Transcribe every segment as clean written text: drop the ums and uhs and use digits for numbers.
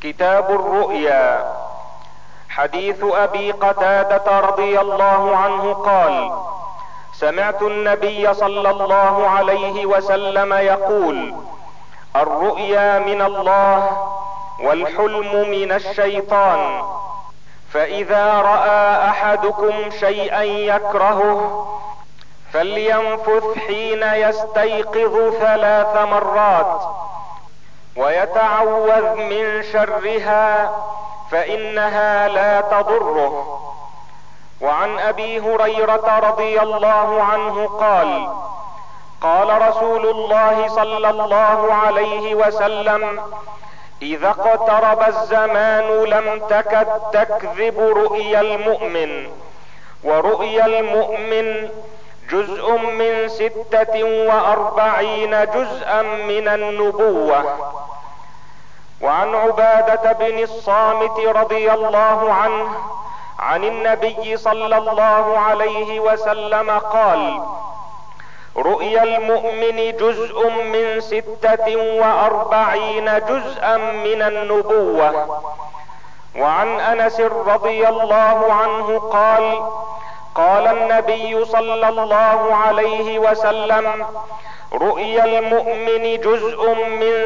كتاب الرؤيا. حديث ابي قتادة رضي الله عنه قال: سمعت النبي صلى الله عليه وسلم يقول: الرؤيا من الله والحلم من الشيطان، فاذا راى احدكم شيئا يكرهه فلينفث حين يستيقظ 3 مرات ويتعوذ من شرها فانها لا تضره. وعن ابي هريرة رضي الله عنه قال: قال رسول الله صلى الله عليه وسلم: اذا اقترب الزمان لم تكد تكذب رؤيا المؤمن، ورؤيا المؤمن جزء من 46 جزءا من النبوة. وعن عبادة بن الصامت رضي الله عنه عن النبي صلى الله عليه وسلم قال: رؤيا المؤمن جزء من 46 جزءا من النبوة. وعن انس رضي الله عنه قال: قال النبي صلى الله عليه وسلم: رؤيا المؤمن جزء من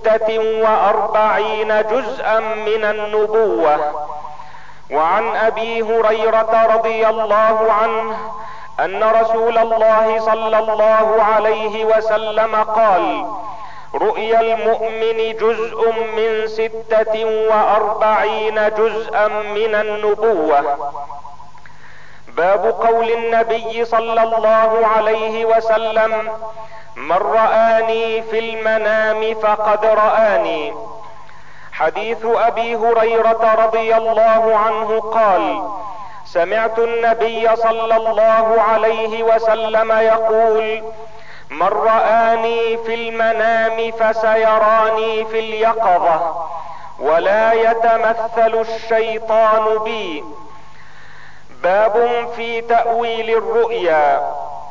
46 جزءا من النبوة. وعن ابي هريرة رضي الله عنه ان رسول الله صلى الله عليه وسلم قال: رؤيا المؤمن جزء من 46 جزءا من النبوة. باب قول النبي صلى الله عليه وسلم: من رآني في المنام فقد رآني. حديث ابي هريرة رضي الله عنه قال: سمعت النبي صلى الله عليه وسلم يقول: من رآني في المنام فسيراني في اليقظة، ولا يتمثل الشيطان بي. باب في تأويل الرؤيا.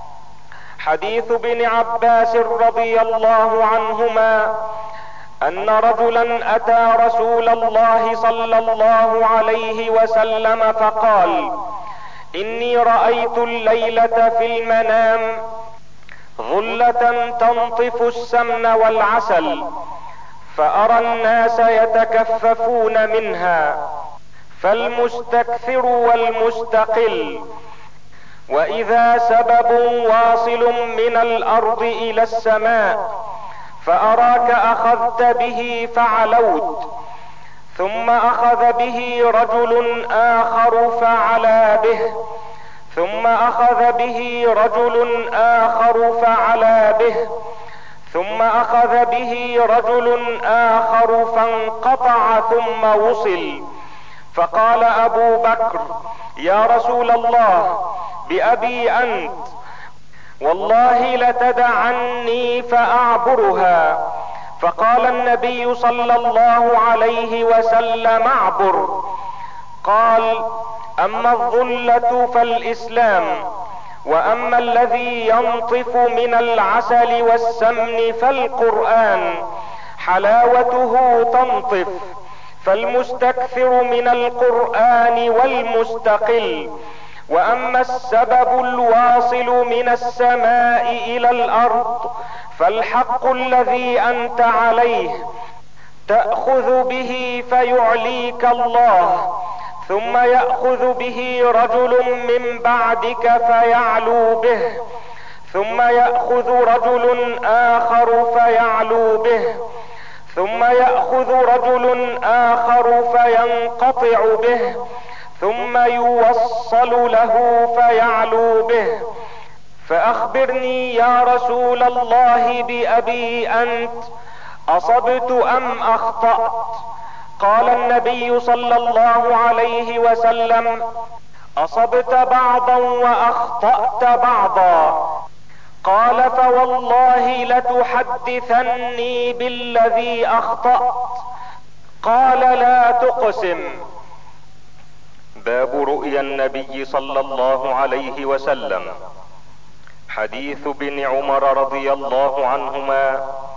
حديث ابن عباس رضي الله عنهما ان رجلا اتى رسول الله صلى الله عليه وسلم فقال: اني رأيت الليلة في المنام ظلة تنطف السمن والعسل، فارى الناس يتكففون منها، فالمستكثر والمستقل، واذا سبب واصل من الارض الى السماء فاراك اخذت به فعلوت، ثم اخذ به رجل اخر فعلا به، ثم اخذ به رجل اخر فعلا به، ثم اخذ به رجل اخر فانقطع ثم وصل. فقال ابو بكر: يا رسول الله، بأبي انت، والله لتدعني فاعبرها. فقال النبي صلى الله عليه وسلم: اعبر. قال: اما الظلة فالاسلام، واما الذي ينطف من العسل والسمن فالقرآن، حلاوته تنطف، فالمستكثر من القرآن والمستقل. واما السبب الواصل من السماء الى الارض فالحق الذي انت عليه، تأخذ به فيعليك الله، ثم يأخذ به رجل من بعدك فيعلو به، ثم يأخذ رجل اخر فيعلو به، ثم يأخذ رجل اخر فينقطع به، ثم يوصل له فيعلو به. فاخبرني يا رسول الله بأبي انت، اصبت ام اخطأت؟ قال النبي صلى الله عليه وسلم: اصبت بعضا واخطأت بعضا. قال: فوالله لتحدثني بالذي اخطأت. قال: لا تقسم. باب رؤيا النبي صلى الله عليه وسلم. حديث ابن عمر رضي الله عنهما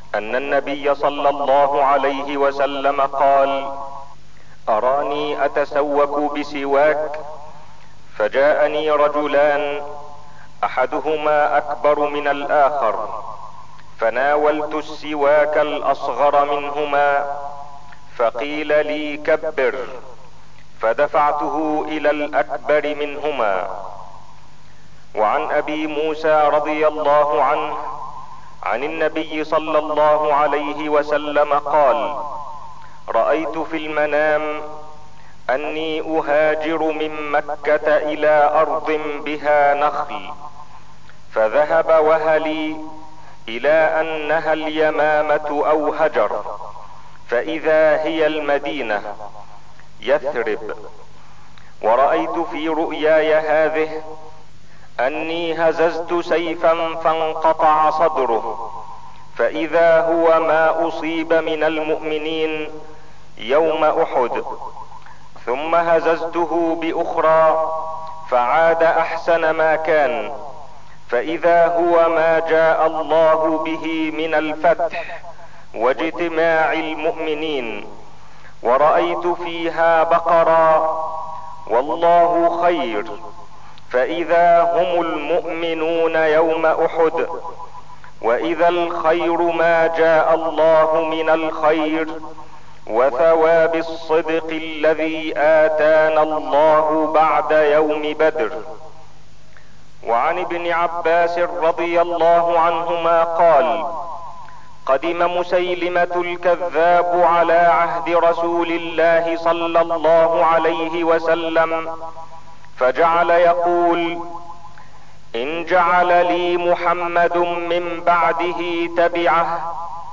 ان النبي صلى الله عليه وسلم قال: اراني اتسوك بسواك، فجاءني رجلان احدهما اكبر من الاخر، فناولت السواك الاصغر منهما، فقيل لي: كبر، فدفعته الى الاكبر منهما. وعن ابي موسى رضي الله عنه عن النبي صلى الله عليه وسلم قال: رأيت في المنام اني اهاجر من مكة الى ارض بها نخل، فذهب وهلي الى انها اليمامة او هجر، فاذا هي المدينة يثرب. ورأيت في رؤياي هذه اني هززت سيفا فانقطع صدره، فاذا هو ما اصيب من المؤمنين يوم احد، ثم هززته باخرى فعاد احسن ما كان، فاذا هو ما جاء الله به من الفتح واجتماع المؤمنين. ورأيت فيها بقرا والله خير، فاذا هم المؤمنون يوم احد، واذا الخير ما جاء الله من الخير وثواب الصدق الذي اتانا الله بعد يوم بدر. وعن ابن عباس رضي الله عنهما قال: قدم مسيلمة الكذاب على عهد رسول الله صلى الله عليه وسلم، فجعل يقول: ان جعل لي محمد من بعده تبعه.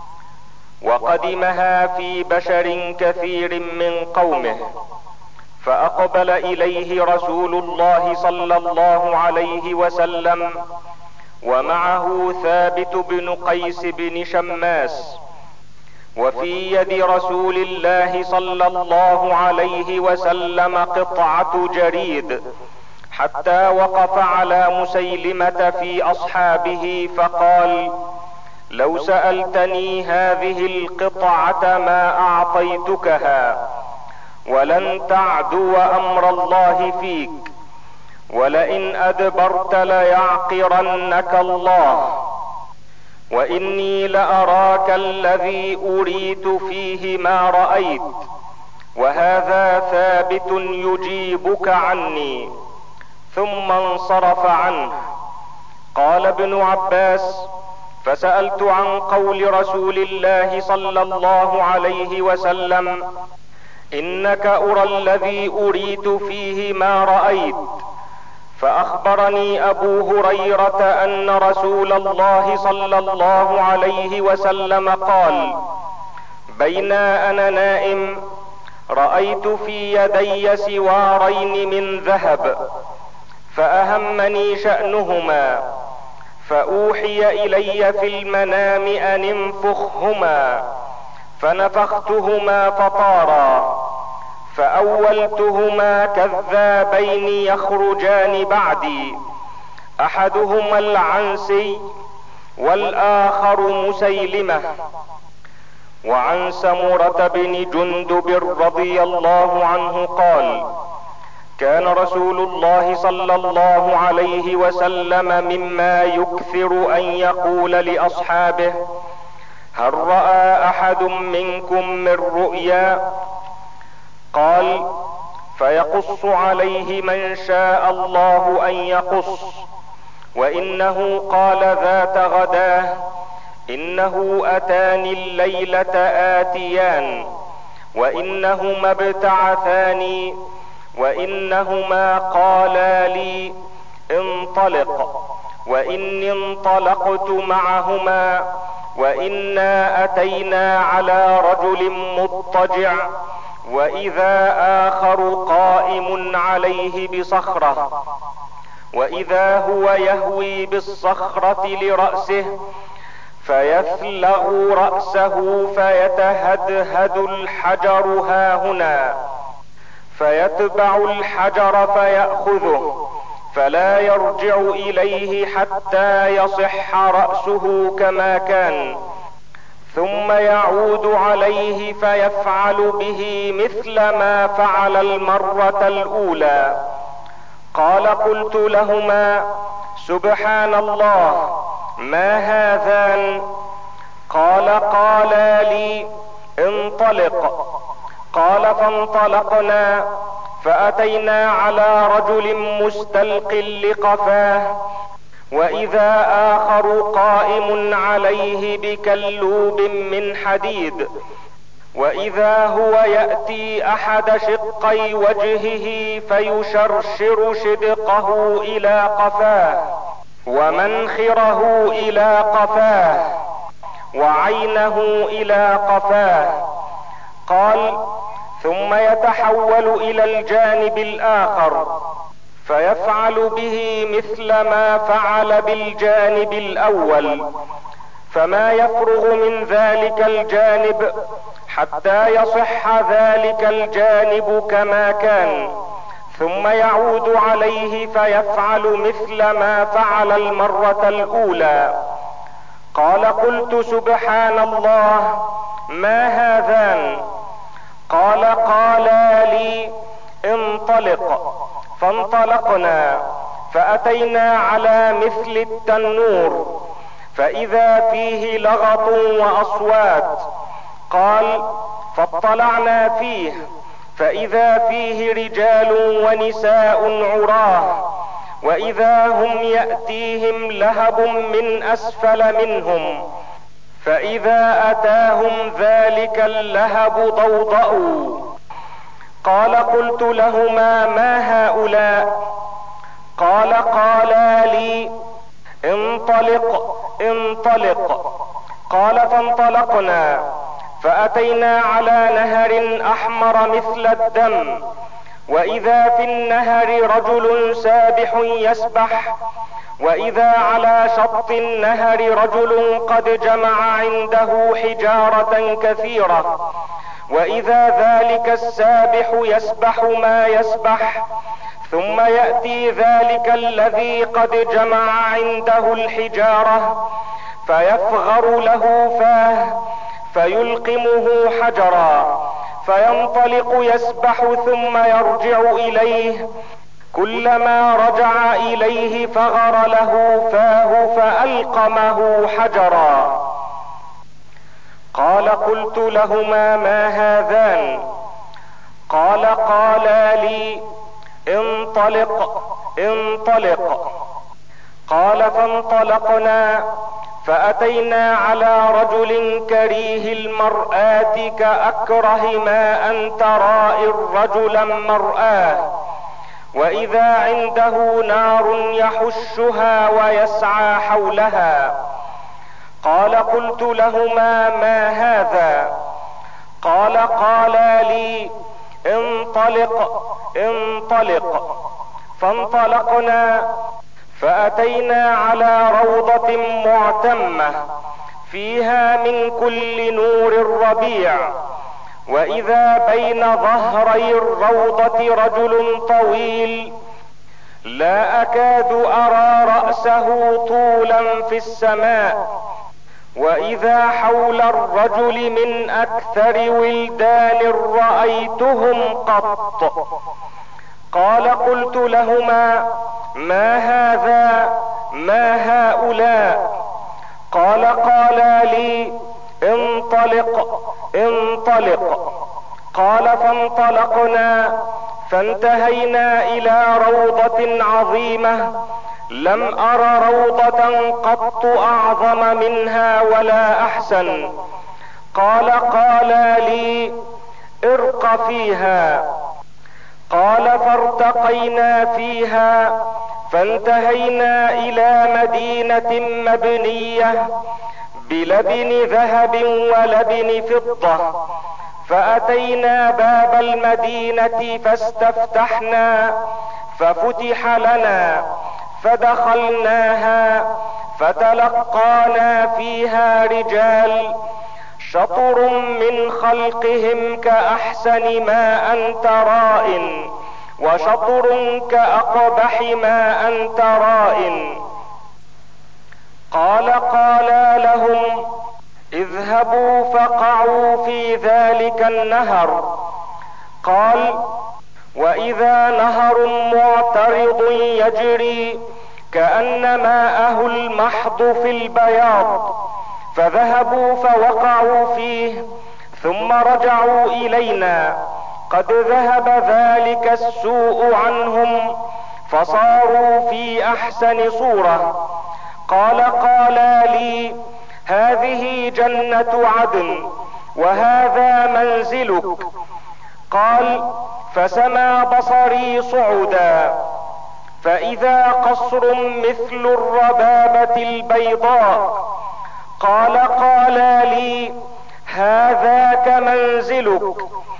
وقدمها في بشر كثير من قومه، فاقبل اليه رسول الله صلى الله عليه وسلم ومعه ثابت بن قيس بن شماس، وفي يد رسول الله صلى الله عليه وسلم قطعة جريد، حتى وقف على مسيلمة في اصحابه فقال: لو سألتني هذه القطعة ما اعطيتكها، ولن تعدو امر الله فيك، ولئن ادبرت ليعقرنك الله، واني لأراك الذي اريت فيه ما رأيت، وهذا ثابت يجيبك عني. ثم انصرف عنه. قال ابن عباس: فسألت عن قول رسول الله صلى الله عليه وسلم: انك ارى الذي اريت فيه ما رأيت، فاخبرني ابو هريرة ان رسول الله صلى الله عليه وسلم قال: بينا انا نائم رأيت في يدي سوارين من ذهب، فاهمني شأنهما، فاوحي الي في المنام ان انفخهما، فنفختهما فطارا، فاولتهما كذابين يخرجان بعدي، احدهما العنسي والاخر مسيلمة. وعن سمرة بن جندب رضي الله عنه قال: كان رسول الله صلى الله عليه وسلم مما يكثر ان يقول لاصحابه: هل رأى احد منكم من رؤيا؟ قال: فيقص عليه من شاء الله ان يقص. وانه قال ذات غداه: انه اتاني الليلة آتيان، وانهما ابتعثاني، وانهما قالا لي: انطلق، واني انطلقت معهما، وانا اتينا على رجل مضطجع، واذا اخر قائم عليه بصخرة، واذا هو يهوي بالصخرة لرأسه، فيثلغ رأسه فيتهدهد الحجر هاهنا، فيتبع الحجر فيأخذه، فلا يرجع اليه حتى يصح رأسه كما كان، ثم يعود عليه فيفعل به مثل ما فعل المرة الاولى. قال: قلت لهما: سبحان الله، ما هذان؟ قالا لي: انطلق. قال: فانطلقنا فأتينا على رجل مستلق لقفاه، وإذا آخر قائم عليه بكلوب من حديد، وإذا هو يأتي أحد شقي وجهه فيشرشر شدقه إلى قفاه، ومنخره إلى قفاه، وعينه إلى قفاه. قال: ثم يتحول إلى الجانب الآخر فيفعل به مثل ما فعل بالجانب الأول، فما يفرغ من ذلك الجانب حتى يصح ذلك الجانب كما كان، ثم يعود عليه فيفعل مثل ما فعل المرة الأولى. قال: قلت: سبحان الله، ما هذان؟ قالا لي: انطلق. فانطلقنا فأتينا على مثل التنور، فإذا فيه لغط وأصوات. قال: فاطلعنا فيه فإذا فيه رجال ونساء عراه، وإذا هم يأتيهم لهب من أسفل منهم، فإذا أتاهم ذلك اللهب ضوضأوا. قال: قلت لهما: ما هؤلاء؟ قالا لي: انطلق. قال: فانطلقنا فأتينا على نهر أحمر مثل الدم، وإذا في النهر رجل سابح يسبح، وإذا على شط النهر رجل قد جمع عنده حجارة كثيرة، وإذا ذلك السابح يسبح ما يسبح، ثم يأتي ذلك الذي قد جمع عنده الحجارة فيفغر له فاه فيلقمه حجرا، فينطلق يسبح ثم يرجع إليه، كلما رجع إليه فغر له فاه فألقمه حجرا. قال: قلت لهما: ما هذان؟ قالا لي: انطلق. قال: فانطلقنا فأتينا على رجل كريه المرآة كأكره ما أن ترى الرجل مرآه، وإذا عنده نار يحشها ويسعى حولها. قال: قلت لهما: ما هذا؟ قالا لي: انطلق. فانطلقنا فأتينا على روضة معتمة فيها من كل نور الربيع، وإذا بين ظهري الروضة رجل طويل لا أكاد أرى رأسه طولا في السماء، وإذا حول الرجل من أكثر ولدان رأيتهم قط. قال: قلت لهما: ما هذا؟ ما هؤلاء؟ قالا لي: انطلق. قال: فانطلقنا فانتهينا إلى روضة عظيمة لم أر روضة قط أعظم منها ولا أحسن. قال لي: ارق فيها. قال: فارتقينا فيها فانتهينا إلى مدينة مبنية بلبن ذهب ولبن فضة، فأتينا باب المدينة فاستفتحنا ففتح لنا، فدخلناها فتلقانا فيها رجال شطر من خلقهم كأحسن ما أنت رائن، وشطر كأقبح ما أنت رائن. قال لهم: اذهبوا فقعوا في ذلك النهر. قال: واذا نهر معترض يجري كأن ماءه المحض في البياض، فذهبوا فوقعوا فيه ثم رجعوا الينا قد ذهب ذلك السوء عنهم فصاروا في احسن صورة. قال لي: هذه جنة عدن وهذا منزلك. قال: فسمى بصري صعدا فاذا قصر مثل الربابة البيضاء. قال لي: هذاك منزلك.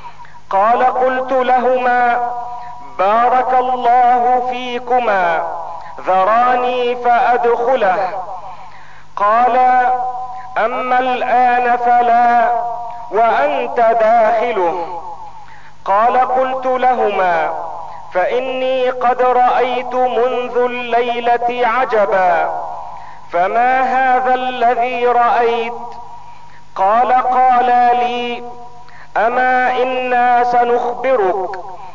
قلت لهما: بارك الله فيكما، ذراني فادخله. قال: اما الان فلا، وانت داخله. قلت لهما: فاني قد رأيت منذ الليلة عجبا. فما هذا الذي رأيت؟ قال لي: اما انا سنخبرك.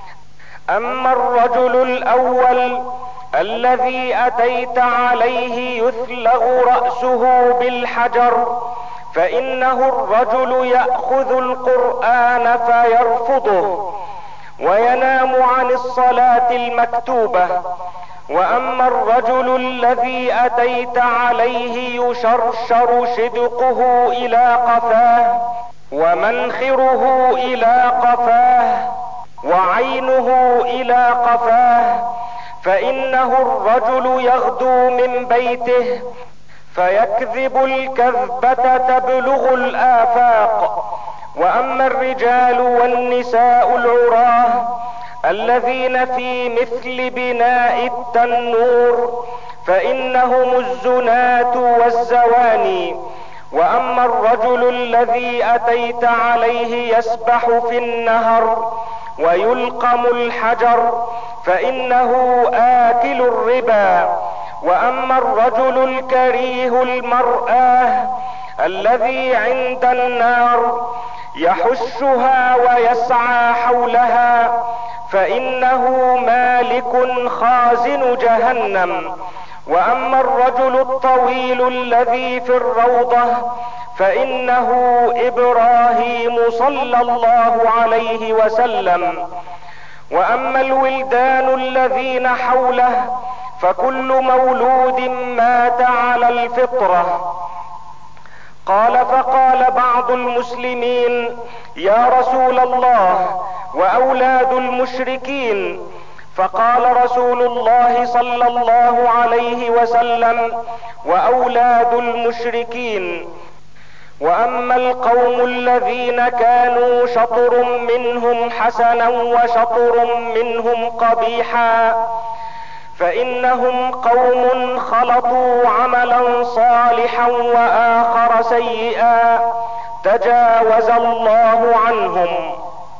اما الرجل الاول الذي اتيت عليه يثلغ رأسه بالحجر، فانه الرجل يأخذ القرآن فيرفضه وينام عن الصلاة المكتوبة. واما الرجل الذي اتيت عليه يشرشر شدقه الى قفاه ومنخره الى قفاه وعينه الى قفاه، فانه الرجل يغدو من بيته فيكذب الكذبة تبلغ الآفاق. واما الرجال والنساء العراه الذين في مثل بناء التنور فانهم الزناة والزواني. واما الرجل الذي اتيت عليه يسبح في النهر ويلقم الحجر فانه آكل الربا. واما الرجل الكريه المرآة الذي عند النار يحشها ويسعى حولها فانه مالك خازن جهنم. واما الرجل الطويل الذي في الروضة فانه ابراهيم صلى الله عليه وسلم. واما الولدان الذين حوله فكل مولود مات على الفطرة. فقال بعض المسلمين: يا رسول الله، واولاد المشركين؟ فقال رسول الله صلى الله عليه وسلم: واولاد المشركين. واما القوم الذين كانوا شطر منهم حسنا وشطر منهم قبيحا فانهم قوم خلطوا عملا صالحا واخر سيئا تجاوز الله عنهم.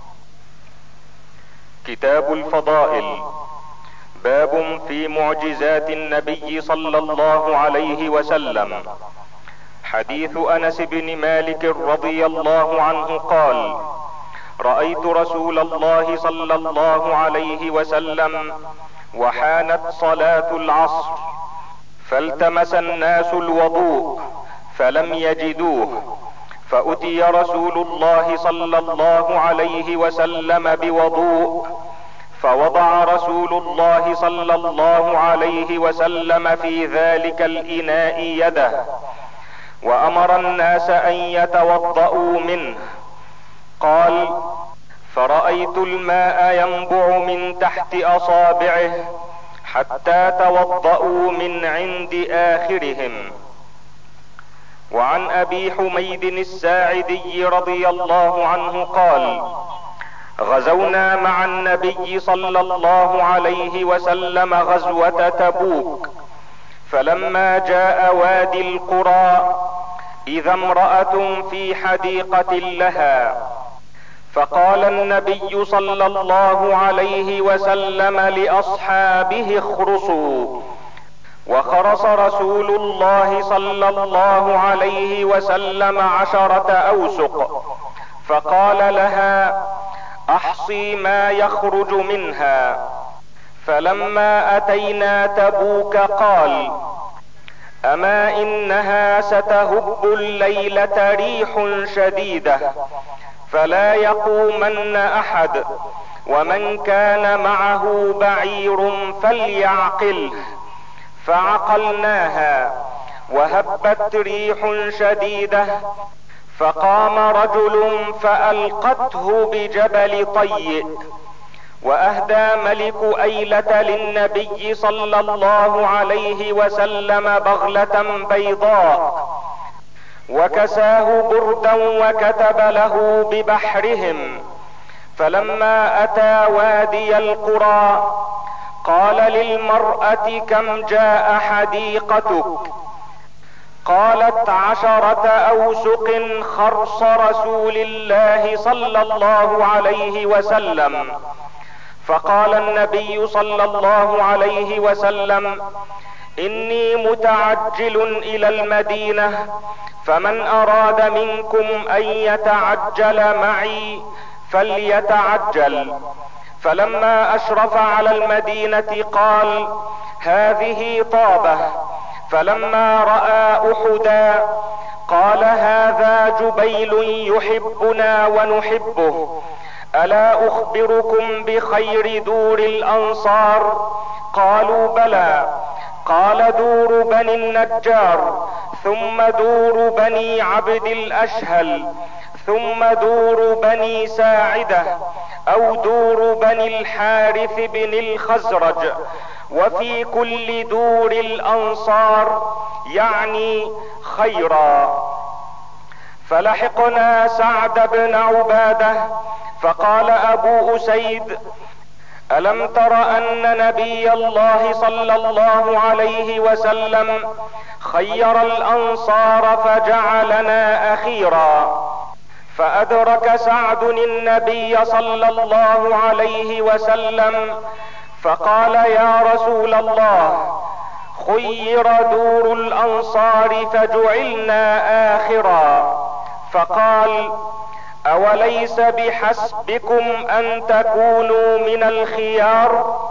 كتاب الفضائل. باب في معجزات النبي صلى الله عليه وسلم. حديث انس بن مالك رضي الله عنه قال: رأيت رسول الله صلى الله عليه وسلم وحانت صلاة العصر فالتمس الناس الوضوء فلم يجدوه، فأتي رسول الله صلى الله عليه وسلم بوضوء، فوضع رسول الله صلى الله عليه وسلم في ذلك الإناء يده وأمر الناس أن يتوضؤوا منه. قال: فرأيت الماء ينبع من تحت أصابعه حتى توضؤوا من عند آخرهم. وعن أبي حميد الساعدي رضي الله عنه قال: غزونا مع النبي صلى الله عليه وسلم غزوة تبوك، فلما جاء وادي القرى إذا امرأة في حديقة لها، فقال النبي صلى الله عليه وسلم لأصحابه: اخرصوا. وخرص رسول الله صلى الله عليه وسلم 10 أوسق، فقال لها: احصي ما يخرج منها. فلما اتينا تبوك قال: اما انها ستهب الليلة ريح شديدة فلا يقومن احد، ومن كان معه بعير فليعقله. فعقلناها وهبت ريح شديدة، فقام رجل فألقته بجبل طيء. واهدى ملك ايلة للنبي صلى الله عليه وسلم بغلة بيضاء، وكساه بردا وكتب له ببحرهم. فلما اتى وادي القرى قال للمرأة: كم جاء حديقتك؟ قالت: 10 أوسق خرص رسول الله صلى الله عليه وسلم. فقال النبي صلى الله عليه وسلم: اني متعجل الى المدينة، فمن اراد منكم ان يتعجل معي فليتعجل. فلما اشرف على المدينة قال: هذه طابة. فلما رأى احدا قال: هذا جبيل يحبنا ونحبه، الا اخبركم بخير دور الانصار؟ قالوا: بلى. قال: دور بني النجار، ثم دور بني عبد الاشهل، ثم دور بني ساعدة، او دور بني الحارث بن الخزرج، وفي كل دور الانصار يعني خيرا. فلحقنا سعد بن عبادة فقال ابو اسيد: الم تر ان نبي الله صلى الله عليه وسلم خير الانصار فجعلنا اخيرا؟ فادرك سعد النبي صلى الله عليه وسلم فقال: يا رسول الله، خير دور الانصار فجعلنا اخرا. فقال: اوليس بحسبكم ان تكونوا من الخيار؟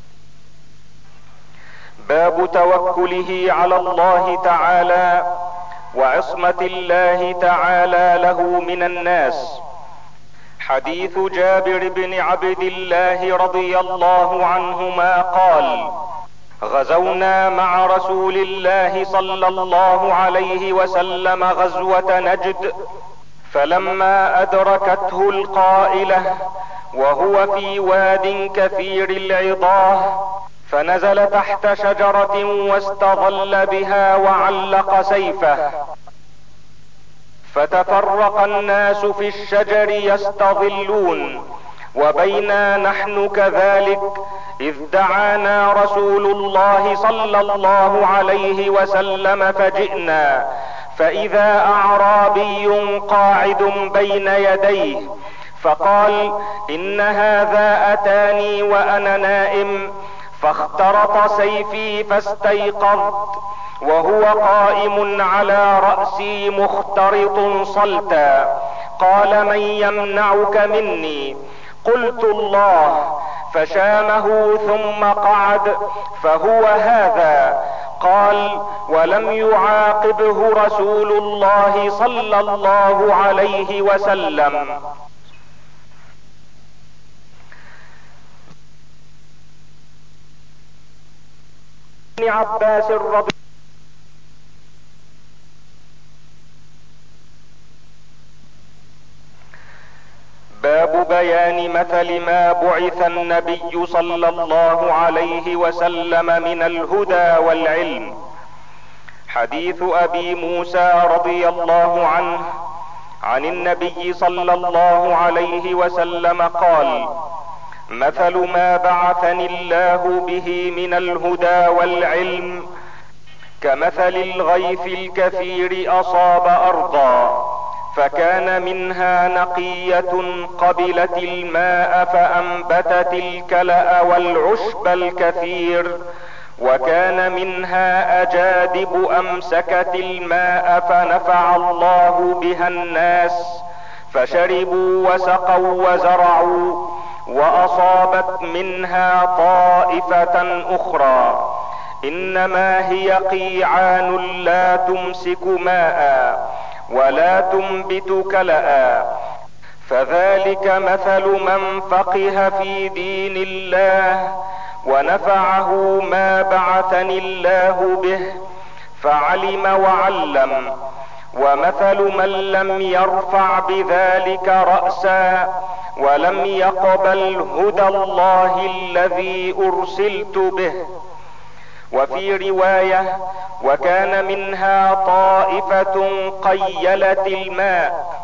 باب توكله على الله تعالى وعصمة الله تعالى له من الناس. حديث جابر بن عبد الله رضي الله عنهما قال: غزونا مع رسول الله صلى الله عليه وسلم غزوة نجد، فلما ادركته القائلة وهو في واد كثير العضاه، فنزل تحت شجرة واستظل بها وعلق سيفه، فتفرق الناس في الشجر يستظلون، وبينا نحن كذلك اذ دعانا رسول الله صلى الله عليه وسلم فجئنا، فاذا اعرابي قاعد بين يديه، فقال: ان هذا اتاني وانا نائم، فاخترط سيفي فاستيقظت وهو قائم على رأسي مخترط صلتا. قال: من يمنعك مني؟ قلت: الله. فشامه ثم قعد، فهو هذا. قال: ولم يعاقبه رسول الله صلى الله عليه وسلم. ابن عباس رضي باب بيان مثل ما بعث النبي صلى الله عليه وسلم من الهدى والعلم. حديث ابي موسى رضي الله عنه عن النبي صلى الله عليه وسلم قال: مثل ما بعثني الله به من الهدى والعلم كمثل الغيث الكثير اصاب ارضا، فكان منها نقية قبلت الماء فانبتت الكلأ والعشب الكثير، وكان منها اجادب امسكت الماء فنفع الله بها الناس، فشربوا وسقوا وزرعوا، واصابت منها طائفة اخرى، انما هي قيعان لا تمسك ماء ولا تنبت كلأ. فذلك مثل من فقه في دين الله ونفعه ما بعثني الله به، فعلم وعلم. ومثل من لم يرفع بذلك رأسا ولم يقبل هدى الله الذي ارسلت به. وفي رواية: وكان منها طائفة قيلت الماء.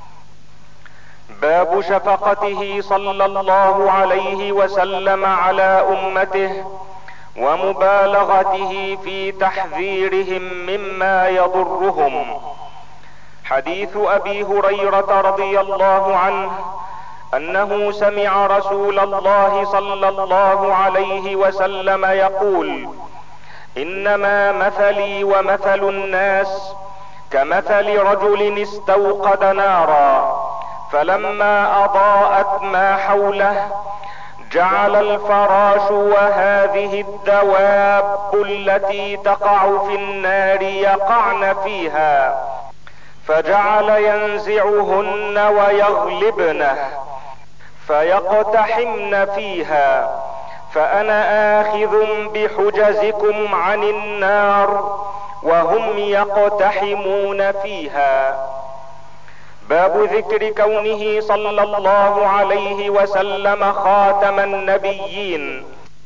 باب شفقته صلى الله عليه وسلم على امته ومبالغته في تحذيرهم مما يضرهم. حديث ابي هريرة رضي الله عنه انه سمع رسول الله صلى الله عليه وسلم يقول: انما مثلي ومثل الناس كمثل رجل استوقد نارا، فلما اضاءت ما حوله جعل الفراش وهذه الدواب التي تقع في النار يقعن فيها، فجعل ينزعهن ويغلبنه فيقتحمن فيها، فانا اخذ بحجزكم عن النار وهم يقتحمون فيها. باب ذكر كونه صلى الله عليه وسلم خاتم النبيين.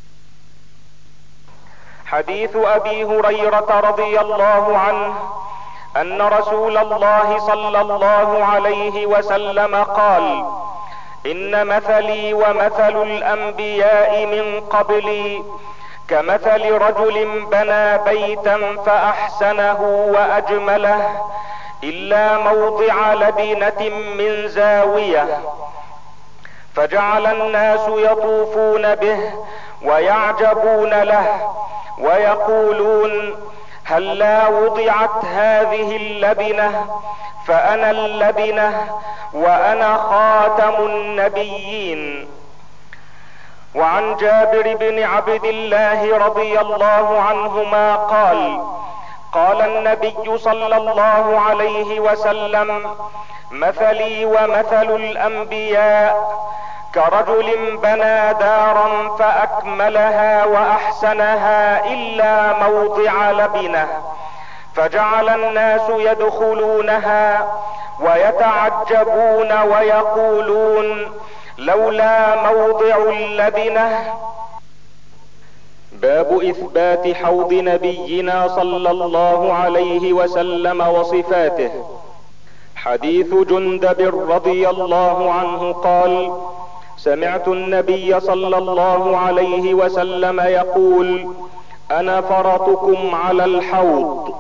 حديث ابي هريرة رضي الله عنه ان رسول الله صلى الله عليه وسلم قال: ان مثلي ومثل الانبياء من قبلي كمثل رجل بنى بيتا فاحسنه واجمله الا موضع لبنة من زاوية، فجعل الناس يطوفون به ويعجبون له ويقولون: هلا وضعت هذه اللبنة؟ فانا اللبنة وانا خاتم النبيين. وعن جابر بن عبد الله رضي الله عنهما قال: قال النبي صلى الله عليه وسلم: مثلي ومثل الانبياء كرجل بنى دارا فاكملها واحسنها الا موضع لبنة، فجعل الناس يدخلونها ويتعجبون ويقولون: لولا موضع اللبنة. باب اثبات حوض نبينا صلى الله عليه وسلم وصفاته. حديث جندب رضي الله عنه قال: سمعت النبي صلى الله عليه وسلم يقول: انا فرطكم على الحوض.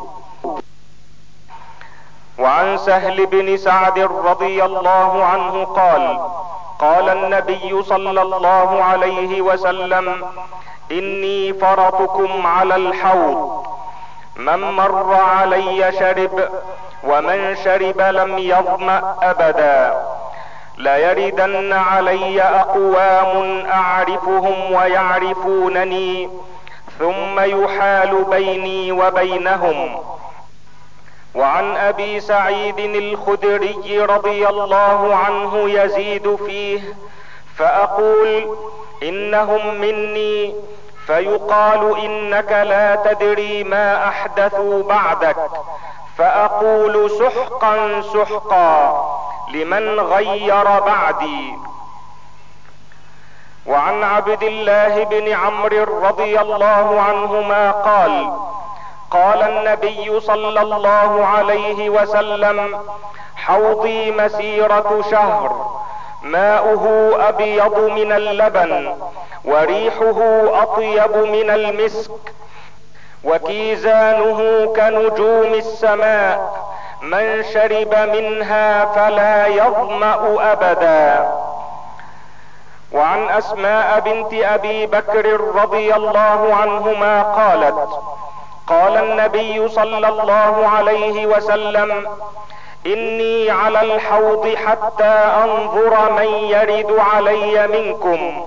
وعن سهل بن سعد رضي الله عنه قال: قال النبي صلى الله عليه وسلم: اني فرطكم على الحوض، من مر علي شرب، ومن شرب لم يظمأ ابدا. ليردن علي اقوام اعرفهم ويعرفونني، ثم يحال بيني وبينهم. وعن ابي سعيد الخدري رضي الله عنه يزيد فيه: فاقول: انهم مني، فيقال: انك لا تدري ما احدثوا بعدك، فاقول: سحقا سحقا لمن غير بعدي. وعن عبد الله بن عمرو رضي الله عنهما قال: قال النبي صلى الله عليه وسلم: حوضي مسيرة شهر، ماؤه ابيض من اللبن، وريحه اطيب من المسك، وكيزانه كنجوم السماء، من شرب منها فلا يظمأ ابدا. وعن اسماء بنت ابي بكر رضي الله عنهما قالت: قال النبي صلى الله عليه وسلم: اني على الحوض حتى انظر من يرد علي منكم،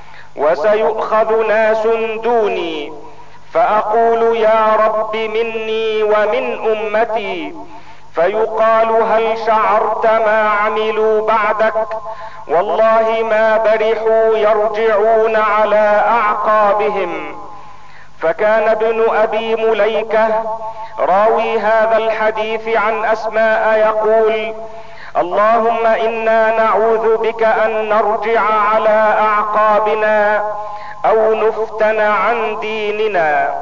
وسيؤخذ ناس دوني، فاقول يا رب مني ومن امتي، فيقال هل شعرت ما عملوا بعدك؟ والله ما برحوا يرجعون على اعقابهم. فكان ابن ابي مليكة راوي هذا الحديث عن اسماء يقول: اللهم انا نعوذ بك ان نرجع على اعقابنا او نفتن عن ديننا.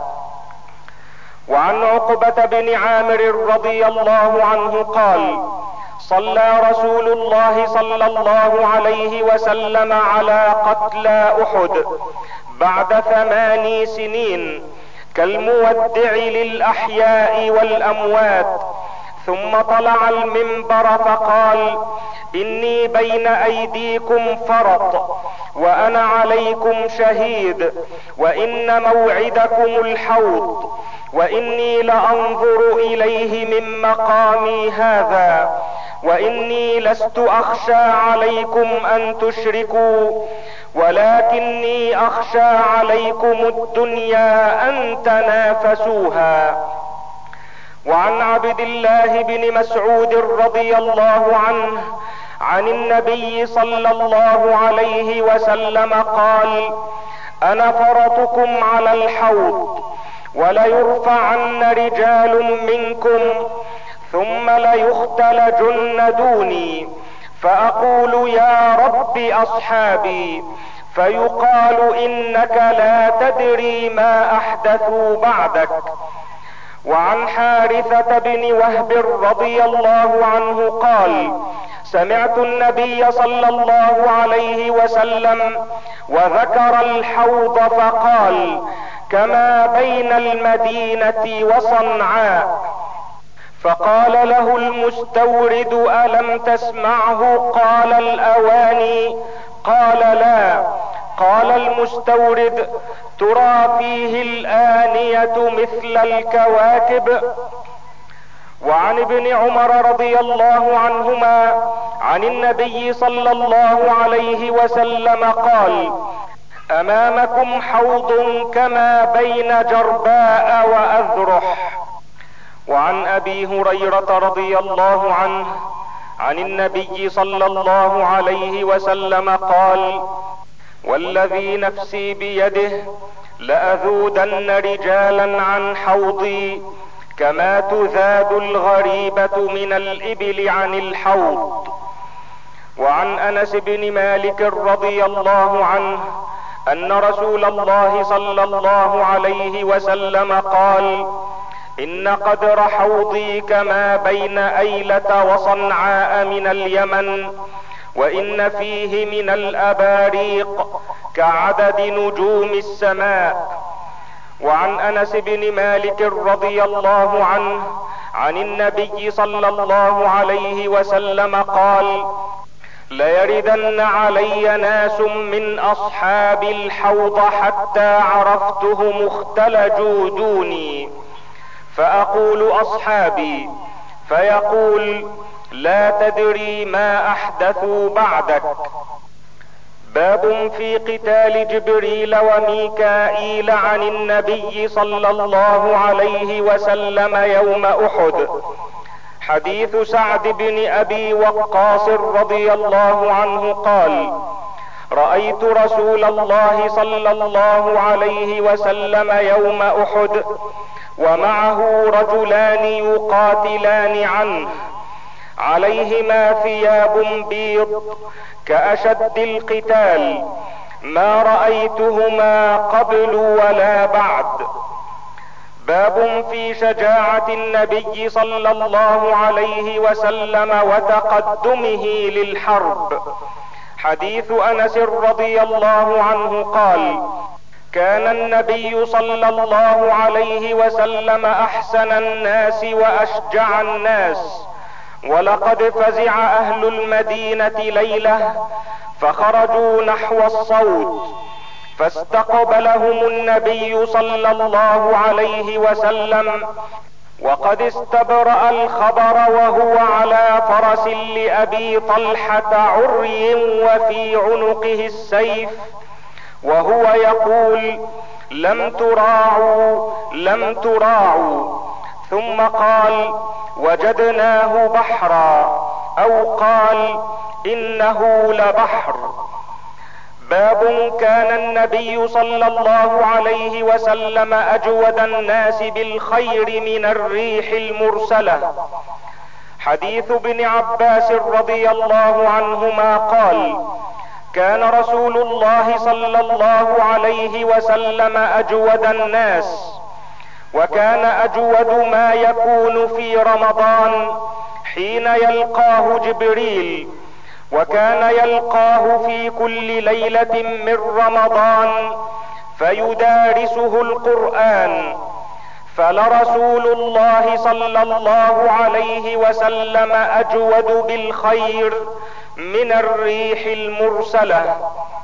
وعن عقبة بن عامر رضي الله عنه قال: صلى رسول الله صلى الله عليه وسلم على قتلى احد بعد 8 سنين كالمودع للاحياء والاموات، ثم طلع المنبر فقال: اني بين ايديكم فرط، وانا عليكم شهيد، وان موعدكم الحوض، واني لانظر اليه من مقامي هذا، واني لست اخشى عليكم ان تشركوا، ولكني اخشى عليكم الدنيا ان تنافسوها. وعن عبد الله بن مسعود رضي الله عنه عن النبي صلى الله عليه وسلم قال: انا فرطكم على الحوض، وليرفعن رجال منكم ثم ليختلجن دوني، فاقول يا رب اصحابي، فيقال انك لا تدري ما احدثوا بعدك. وعن حارثة بن وهب رضي الله عنه قال: سمعت النبي صلى الله عليه وسلم وذكر الحوض فقال: كما بين المدينة وصنعاء. فقال له المستورد: الم تسمعه؟ قال: الاواني. قال: لا. قال المستورد: ترى فيه الآنية مثل الكواكب. وعن ابن عمر رضي الله عنهما عن النبي صلى الله عليه وسلم قال: امامكم حوض كما بين جرباء واذرح. وعن ابي هريرة رضي الله عنه عن النبي صلى الله عليه وسلم قال: والذي نفسي بيده لأذودن رجالا عن حوضي كما تذاد الغريبة من الإبل عن الحوض. وعن أنس بن مالك رضي الله عنه أن رسول الله صلى الله عليه وسلم قال: إن قدر حوضي كما بين أيلة وصنعاء من اليمن، وإن فيه من الأباريق كعدد نجوم السماء. وعن أنس بن مالك رضي الله عنه عن النبي صلى الله عليه وسلم قال: ليردن علي ناس من أصحاب الحوض حتى عرفتهم اختلجوا دوني، فأقول أصحابي، فيقول: لا تدري ما احدثوا بعدك. باب في قتال جبريل وميكائيل عن النبي صلى الله عليه وسلم يوم احد. حديث سعد بن ابي وقاص رضي الله عنه قال: رأيت رسول الله صلى الله عليه وسلم يوم احد ومعه رجلان يقاتلان عنه، عليهما ثياب بيض كأشد القتال، ما رأيتهما قبل ولا بعد. باب في شجاعة النبي صلى الله عليه وسلم وتقدمه للحرب. حديث انس رضي الله عنه قال: كان النبي صلى الله عليه وسلم احسن الناس واشجع الناس، ولقد فزع اهل المدينة ليلة فخرجوا نحو الصوت، فاستقبلهم النبي صلى الله عليه وسلم وقد استبرأ الخبر، وهو على فرس لأبي طلحة عري وفي عنقه السيف، وهو يقول: لم تراعوا لم تراعوا. ثم قال: وجدناه بحرا، او قال: انه لبحر. باب كان النبي صلى الله عليه وسلم اجود الناس بالخير من الريح المرسلة. حديث ابن عباس رضي الله عنهما قال: كان رسول الله صلى الله عليه وسلم اجود الناس، وكان اجود ما يكون في رمضان حين يلقاه جبريل، وكان يلقاه في كل ليلة من رمضان فيدارسه القرآن. فلرسول الله صلى الله عليه وسلم اجود بالخير من الريح المرسلة.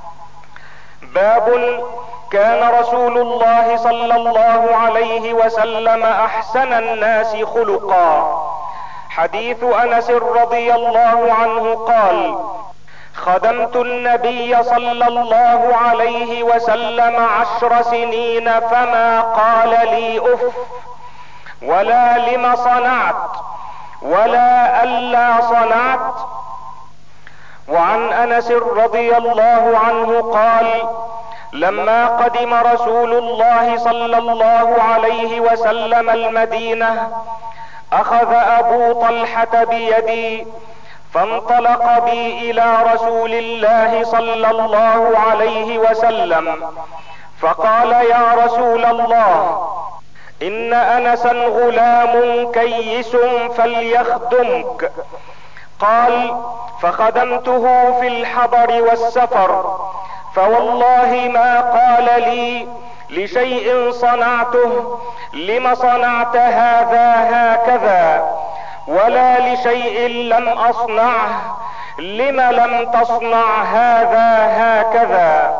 باب كان رسول الله صلى الله عليه وسلم احسن الناس خلقا. حديث انس رضي الله عنه قال: خدمت النبي صلى الله عليه وسلم 10 سنين فما قال لي اف، ولا لم صنعت، ولا الا صنعت. وعن انس رضي الله عنه قال: لما قدم رسول الله صلى الله عليه وسلم المدينة اخذ ابو طلحة بيدي فانطلق بي الى رسول الله صلى الله عليه وسلم، فقال: يا رسول الله، ان انسا غلام كيس فليخدمك. قال: فخدمته في الحضر والسفر، فوالله ما قال لي لشيء صنعته لم صنعت هذا هكذا، ولا لشيء لم اصنعه لم لم تصنع هذا هكذا.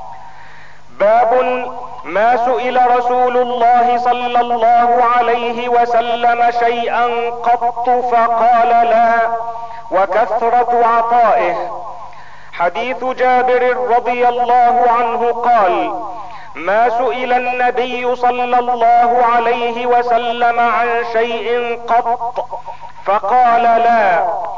باب ما سئل رسول الله صلى الله عليه وسلم شيئا قط فقال لا، وكثرة عطائه. حديث جابر رضي الله عنه قال: ما سئل النبي صلى الله عليه وسلم عن شيء قط فقال لا،